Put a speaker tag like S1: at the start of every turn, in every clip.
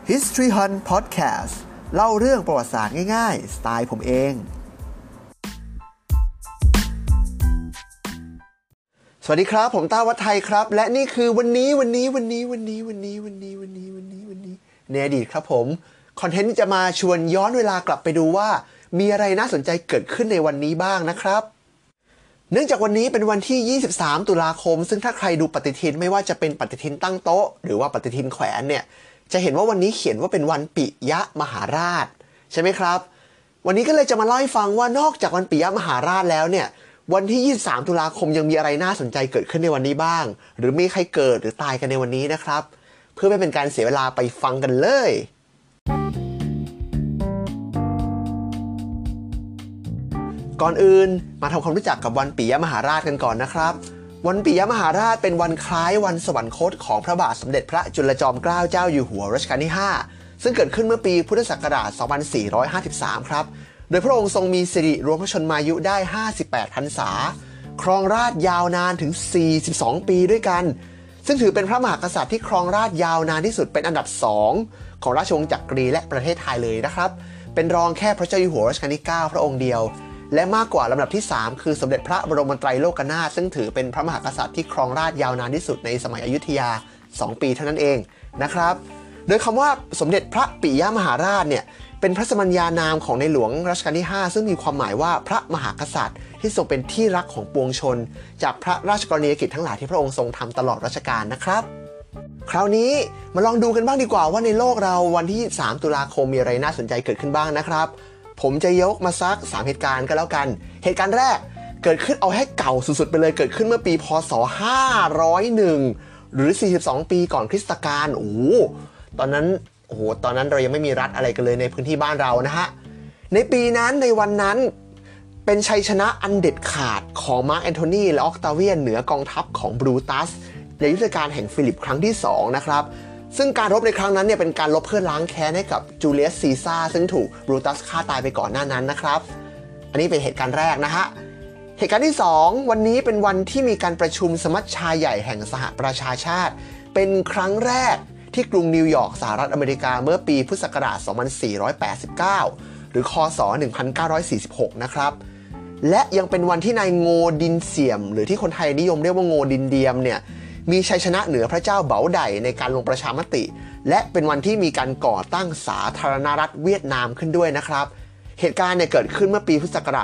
S1: History Hunt Podcast เล่าเรื่องประวัติศาสตร์ง่ายๆสไตล์ผมเองสวัสดีครับผมต้าวัฒน์ไทยครับและนี่คือวันนี้ในอดีตครับผมคอนเทนต์จะมาชวนย้อนเวลากลับไปดูว่ามีอะไรน่าสนใจเกิดขึ้นในวันนี้บ้างนะครับเนื่องจากวันนี้เป็นวันที่23ตุลาคมซึ่งถ้าใครดูปฏิทินไม่ว่าจะเป็นปฏิทินตั้งโต๊ะหรือว่าปฏิทินแขวนเนี่ยจะเห็นว่าวันนี้เขียนว่าเป็นวันปิยมหาราชใช่ไหมครับวันนี้ก็เลยจะมาเล่าให้ฟังว่านอกจากวันปิยมหาราชแล้วเนี่ยวันที่23ตุลาคมยังมีอะไรน่าสนใจเกิดขึ้นในวันนี้บ้างหรือมีใครเกิดหรือตายกันในวันนี้นะครับเพื่อไม่เป็นการเสียเวลาไปฟังกันเลยก่อนอื่นมาทำความรู้จักกับวันปิยมหาราชกันก่อนนะครับวันปิยมหาราชเป็นวันคล้ายวันสวรรคตของพระบาทสมเด็จพระจุลจอมเกล้าเจ้าอยู่หัวรัชกาลที่5ซึ่งเกิดขึ้นเมื่อปีพุทธศักราช2453ครับโดยพระองค์ทรงมีสิริรวมพระชนมายุได้58พรรษาครองราชย์ยาวนานถึง42ปีด้วยกันซึ่งถือเป็นพระมหากษัตริย์ที่ครองราชย์ยาวนานที่สุดเป็นอันดับ2ของราชวงศ์จักรีและประเทศไทยเลยนะครับเป็นรองแค่พระเจ้าอยู่หัวรัชกาลที่9พระองค์เดียวและมากกว่าลำดับที่3คือสมเด็จพระบรมไตรโลกนาถซึ่งถือเป็นพระมหากษัตริย์ที่ครองราชย์ยาวนานที่สุดในสมัยอยุธยา2ปีเท่านั้นเองนะครับโดยคำว่าสมเด็จพระปิยมหาราชเนี่ยเป็นพระสมัญญานามของในหลวงรัชกาลที่5ซึ่งมีความหมายว่าพระมหากษัตริย์ที่ทรงเป็นที่รักของปวงชนจากพระราชกรณียกิจทั้งหลายที่พระองค์ทรงทำตลอดรัชกาลนะครับคราวนี้มาลองดูกันบ้างดีกว่าว่าในโลกเราวันที่23ตุลาคมมีอะไรน่าสนใจเกิดขึ้นบ้างนะครับผมจะยกมาสัก3เหตุการณ์ก็แล้วกันเหตุการณ์แรกเกิดขึ้นเอาให้เก่าสุดๆไปเลยเกิดขึ้นเมื่อปีพ.ศ. 501หรือ42ปีก่อนคริสตกาลตอนนั้นเรายังไม่มีรัฐอะไรกันเลยในพื้นที่บ้านเรานะฮะในปีนั้นในวันนั้นเป็นชัยชนะอันเด็ดขาดของมาร์คแอนโทนีและออกตาเวียนเหนือกองทัพของบรูตัสในยุทธการแห่งฟิลิปครั้งที่2นะครับซึ่งการรบในครั้งนั้นเนี่ยเป็นการรบเพื่อล้างแค้นให้กับจูเลียสซีซ่าซึ่งถูกบรูตัสฆ่าตายไปก่อนหน้านั้นนะครับอันนี้เป็นเหตุการณ์แรกนะฮะเหตุการณ์ที่2วันนี้เป็นวันที่มีการประชุมสมัชชาใหญ่แห่งสหประชาชาติเป็นครั้งแรกที่กรุงนิวยอร์กสหรัฐอเมริกาเมื่อปีพุทธศักราช2489หรือคศ1946นะครับและยังเป็นวันที่นายโงดินเสี่ยมหรือที่คนไทยนิยมเรียกว่าโงดินเดียมเนี่ยมีชัยชนะเหนือพระเจ้าเบาไดในการลงประชามติและเป็นวันที่มีการก่อตั้งสาธารณรัฐเวียดนามขึ้นด้วยนะครับเหตุการณ์เนี่ยเกิดขึ้นเมื่อปีพุทธศักราช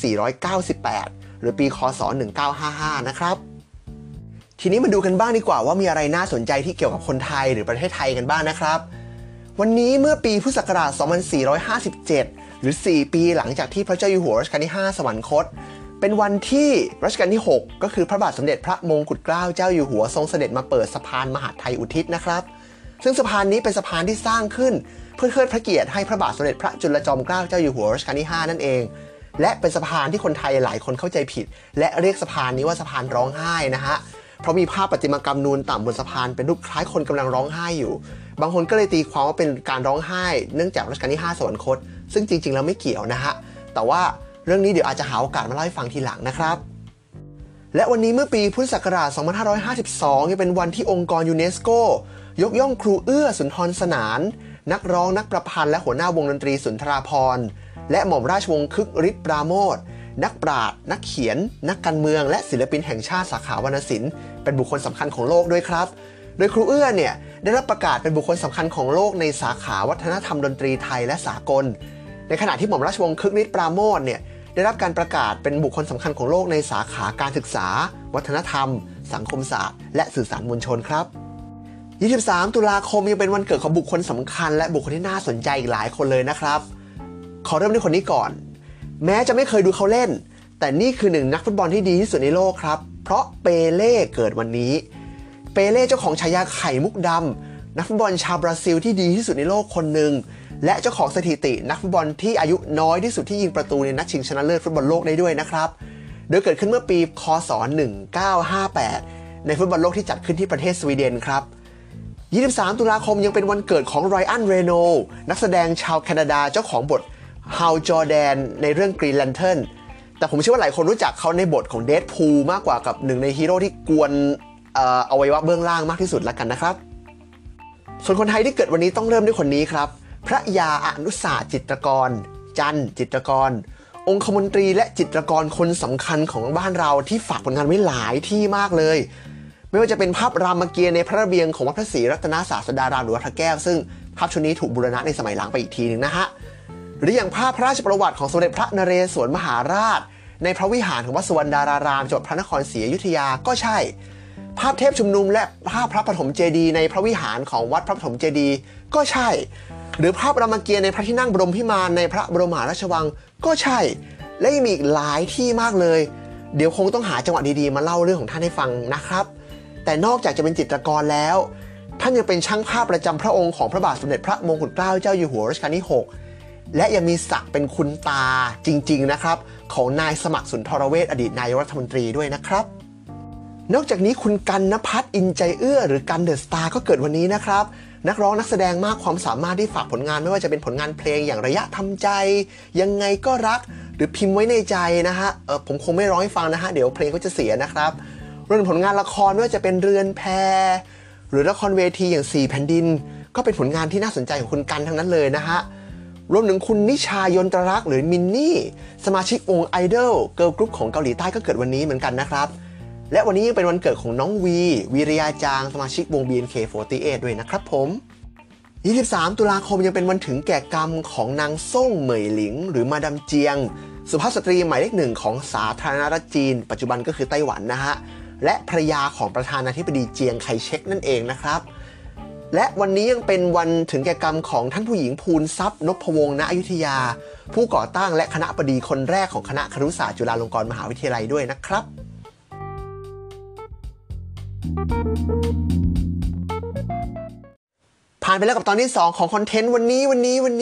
S1: 2498หรือปีคศ1955นะครับทีนี้มาดูกันบ้างดีกว่าว่ามีอะไรน่าสนใจที่เกี่ยวกับคนไทยหรือประเทศไทยกันบ้างนะครับวันนี้เมื่อปีพุทธศักราช2457หรือ4ปีหลังจากที่พระเจ้าอยู่หัวรัชกาลที่5สวรรคตเป็นวันที่รัชกาลที่6ก็คือพระบาทสมเด็จพระมงกุฎเกล้าเจ้าอยู่หัวทรงเสด็จมาเปิดสะพานมหาดไทยอุทิศนะครับซึ่งสะพานนี้เป็นสะพานที่สร้างขึ้นเพื่อเทิดพระเกียรติให้พระบาทสมเด็จพระจุลจอมเกล้าเจ้าอยู่หัวรัชกาลที่5นั่นเองและเป็นสะพานที่คนไทยหลายคนเข้าใจผิดและเรียกสะพานนี้ว่าสะพานร้องไห้นะฮะเพราะมีภาพประติมากรรมนูนต่ำบนสะพานเป็นรูปคล้ายคนกำลังร้องไห้อยู่บางคนก็เลยตีความว่าเป็นการร้องไห้เนื่องจากรัชกาลที่5สวรรคตซึ่งจริงๆแล้วไม่เกี่ยวนะฮะแต่ว่าเรื่องนี้เดี๋ยวอาจจะหาโอกาสมาเล่าให้ฟังทีหลังนะครับและวันนี้เมื่อปีพุทธศักราช2552ยังเป็นวันที่องค์กรยูเนสโกยกย่องครูเอื้อสุนทรสนานนักร้องนักประพันธ์และหัวหน้าวงดนตรีสุนทราภรณ์และหม่อมราชวงศ์คึกฤทธิ์ปราโมทย์นักปราชญ์นักเขียนนักการเมืองและศิลปินแห่งชาติสาขาวรรณศิลป์เป็นบุคคลสำคัญของโลกด้วยครับโดยครูเอื้อเนี่ยได้รับประกาศเป็นบุคคลสำคัญของโลกในสาขาวัฒนธรรมดนตรีไทยและสากลในขณะที่หม่อมราชวงศ์คึกฤทธิ์ปราโมทย์เนี่ยได้รับการประกาศเป็นบุคคลสำคัญของโลกในสาขาการศึกษาวัฒนธรรมสังคมศาสตร์และสื่อสารมวลชนครับ23ตุลาคมยังเป็นวันเกิดของบุคคลสำคัญและบุคคลที่น่าสนใจอีกหลายคนเลยนะครับขอเริ่มด้วยคนนี้ก่อนแม้จะไม่เคยดูเขาเล่นแต่นี่คือหนึ่งนักฟุตบอลที่ดีที่สุดในโลกครับเพราะเปเล่เกิดวันนี้เปเล่เจ้าของฉายาไข่มุกดำนักฟุตบอลชาวบราซิลที่ดีที่สุดในโลกคนหนึ่งและเจ้าของสถิตินักฟุตบอลที่อายุน้อยที่สุดที่ยิงประตูในนัดชิงชนะเลิศฟุตบอลโลกได้ด้วยนะครับโดยเกิดขึ้นเมื่อปีคศ1958ในฟุตบอลโลกที่จัดขึ้นที่ประเทศสวีเดนครับ23ตุลาคมยังเป็นวันเกิดของไรอันเรโนลด์นักแสดงชาวแคนาดาเจ้าของบทฮาวจอร์แดนในเรื่อง Green Lantern แต่ผมเชื่อว่าหลายคนรู้จักเขาในบทของเดดพูลมากกว่ากับหนึ่งในฮีโร่ที่กวนอวัยวะเบื้องล่างมากที่สุดละกันนะครับส่วนคนไทยที่เกิดวันนี้ต้องเริ่มด้วยคนนี้ครับพระยาอนุสาจิตรกรจันจิตรกรองคมนตรีและจิตรกรคนสำคัญของบ้านเราที่ฝากผลงานไว้หลายที่มากเลยไม่ว่าจะเป็นภาพรามเกียรติ์ในพระระเบียงของวัดพระศรีรัตนศาสดารามหรือวัดพระแก้วซึ่งภาพชุดนี้ถูกบูรณะในสมัยหลังไปอีกทีหนึ่งนะฮะหรืออย่างภาพพระราชประวัติของสมเด็จพระนเรศวรมหาราชในพระวิหารของวัดสุวรรณดารารามจังหวัดพระนครศรีอยุธยาก็ใช่ภาพเทพชุมนุมและภาพพระปฐมเจดีย์ในพระวิหารของวัดพระปฐมเจดีย์ก็ใช่หรือภาพรามเกียรติ์ในพระที่นั่งบรมพิมานในพระบรมมหาราชวังก็ใช่และยังมีอีกหลายที่มากเลยเดี๋ยวคงต้องหาจังหวะดีๆมาเล่าเรื่องของท่านให้ฟังนะครับแต่นอกจากจะเป็นจิตรกรแล้วท่านยังเป็นช่างภาพประจำพระองค์ของพระบาทสมเด็จพระมงกุฎเกล้าเจ้าอยู่หัวรัชกาลที่6และยังมีศักดิ์เป็นคุณตาจริงๆนะครับของนายสมัครสุนทรเวชอดีตนายกรัฐมนตรีด้วยนะครับนอกจากนี้คุณกันณภัทรอินใจเอื้อหรือกันเดอะสตาร์ก็เกิดวันนี้นะครับนักร้องนักแสดงมากความสามารถที่ฝากผลงานไม่ว่าจะเป็นผลงานเพลงอย่างระยะทำใจยังไงก็รักหรือพิมพ์ไว้ในใจนะฮะผมคงไม่ร้องให้ฟังนะฮะเดี๋ยวเพลงก็จะเสียนะครับรวมถึงผลงานละครไม่ว่าจะเป็นเรือนแพหรือละครเวทีอย่าง4แผ่นดินก็เป็นผลงานที่น่าสนใจของคุณกันทั้งนั้นเลยนะฮะรวมถึงคุณนิชายนตรักษ์หรือมินนี่สมาชิกวงไอดอลเกิร์ลกรุ๊ปของเกาหลีใต้ก็เกิดวันนี้เหมือนกันนะครับและวันนี้ยังเป็นวันเกิดของน้องวีริยาจางสมาชิกวง BNK48 ด้วยนะครับผม23ตุลาคมยังเป็นวันถึงแก่กรรมของนางซ่งเหมยหลิงหรือมาดามเจียงสุภาพสตรีหมายเลข1ของสาธารณรัฐจีนปัจจุบันก็คือไต้หวันนะฮะและภรรยาของประธานาธิบดีเจียงไคเชกนั่นเองนะครับและวันนี้ยังเป็นวันถึงแก่กรรมของท่านผู้หญิงภูลทรัพย์นพวงศ์ณอยุธยาผู้ก่อตั้งและคณบดีคนแรกของคณะครุศาสตร์จุฬาลงกรณ์มหาวิทยาลัยด้วยนะครับผ่านไปแล้วกับตอนที่2ของคอนเทนต์วันนี้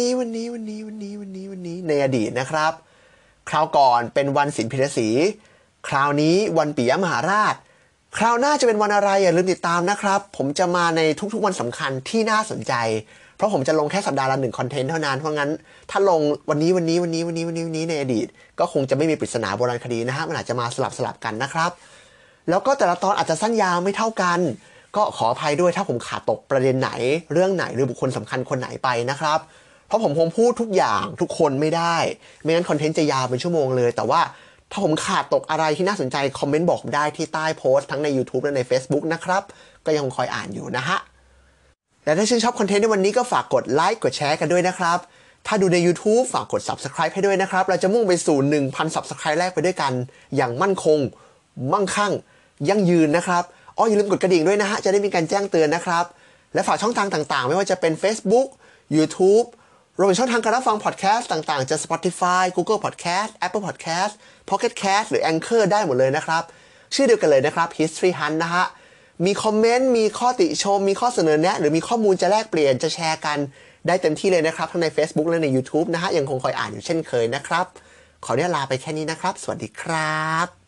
S1: ในอดีตนะครับคราวก่อนเป็นวันศิลปินศรีคราวนี้วันปิยมหาราชคราวหน้าจะเป็นวันอะไรอย่าลืมติดตามนะครับผมจะมาในทุกๆวันสำคัญที่น่าสนใจเพราะผมจะลงแค่สัปดาห์ละ1คอนเทนต์เท่านั้นเพราะงั้นถ้าลงวันนี้ในอดีตก็คงจะไม่มีปริศนาโบราณคดีนะฮะมันอาจจะมาสลับกันนะครับแล้วก็แต่ละตอนอาจจะสั้นยาวไม่เท่ากันก็ขออภัยด้วยถ้าผมขาดตกประเด็นไหนเรื่องไหนหรือบุคคลสำคัญคนไหนไปนะครับเพราะผมคงพูดทุกอย่างทุกคนไม่ได้ไม่งั้นคอนเทนต์จะยาวเป็นชั่วโมงเลยแต่ว่าถ้าผมขาดตกอะไรที่น่าสนใจคอมเมนต์บอกได้ที่ใต้โพสต์ทั้งใน YouTube และใน Facebook นะครับก็ยังคอยอ่านอยู่นะฮะและถ้าชื่นชอบคอนเทนต์ในวันนี้ก็ฝากกดไลค์กดแชร์กันด้วยนะครับถ้าดูใน YouTube ฝากกด Subscribe ให้ด้วยนะครับเราจะมุ่งไปสู่ 1,000 Subscribe แรกไปด้วยกันอย่างมั่นคงมั่งคั่งยั่งยืนนะครับอย่าลืมกดกระดิ่งด้วยนะฮะจะได้มีการแจ้งเตือนนะครับและฝากช่องทางต่างๆไม่ว่าจะเป็น Facebook YouTube รวมถึงช่องทางการรับฟังพอดแคสต์ต่างๆจะ Spotify Google Podcast Apple Podcast Pocket Cast หรือ Anchor ได้หมดเลยนะครับชื่อเดียวกันเลยนะครับ History Hunt นะฮะมีคอมเมนต์มีข้อติชมมีข้อเสนอแนะหรือมีข้อมูลจะแลกเปลี่ยนจะแชร์กันได้เต็มที่เลยนะครับทั้งใน Facebook และใน YouTube นะฮะยังคงคอยอ่านอยู่เช่นเคยนะครับขออนุญาตลาไปแค่นี้นะครับสวัสดีครับ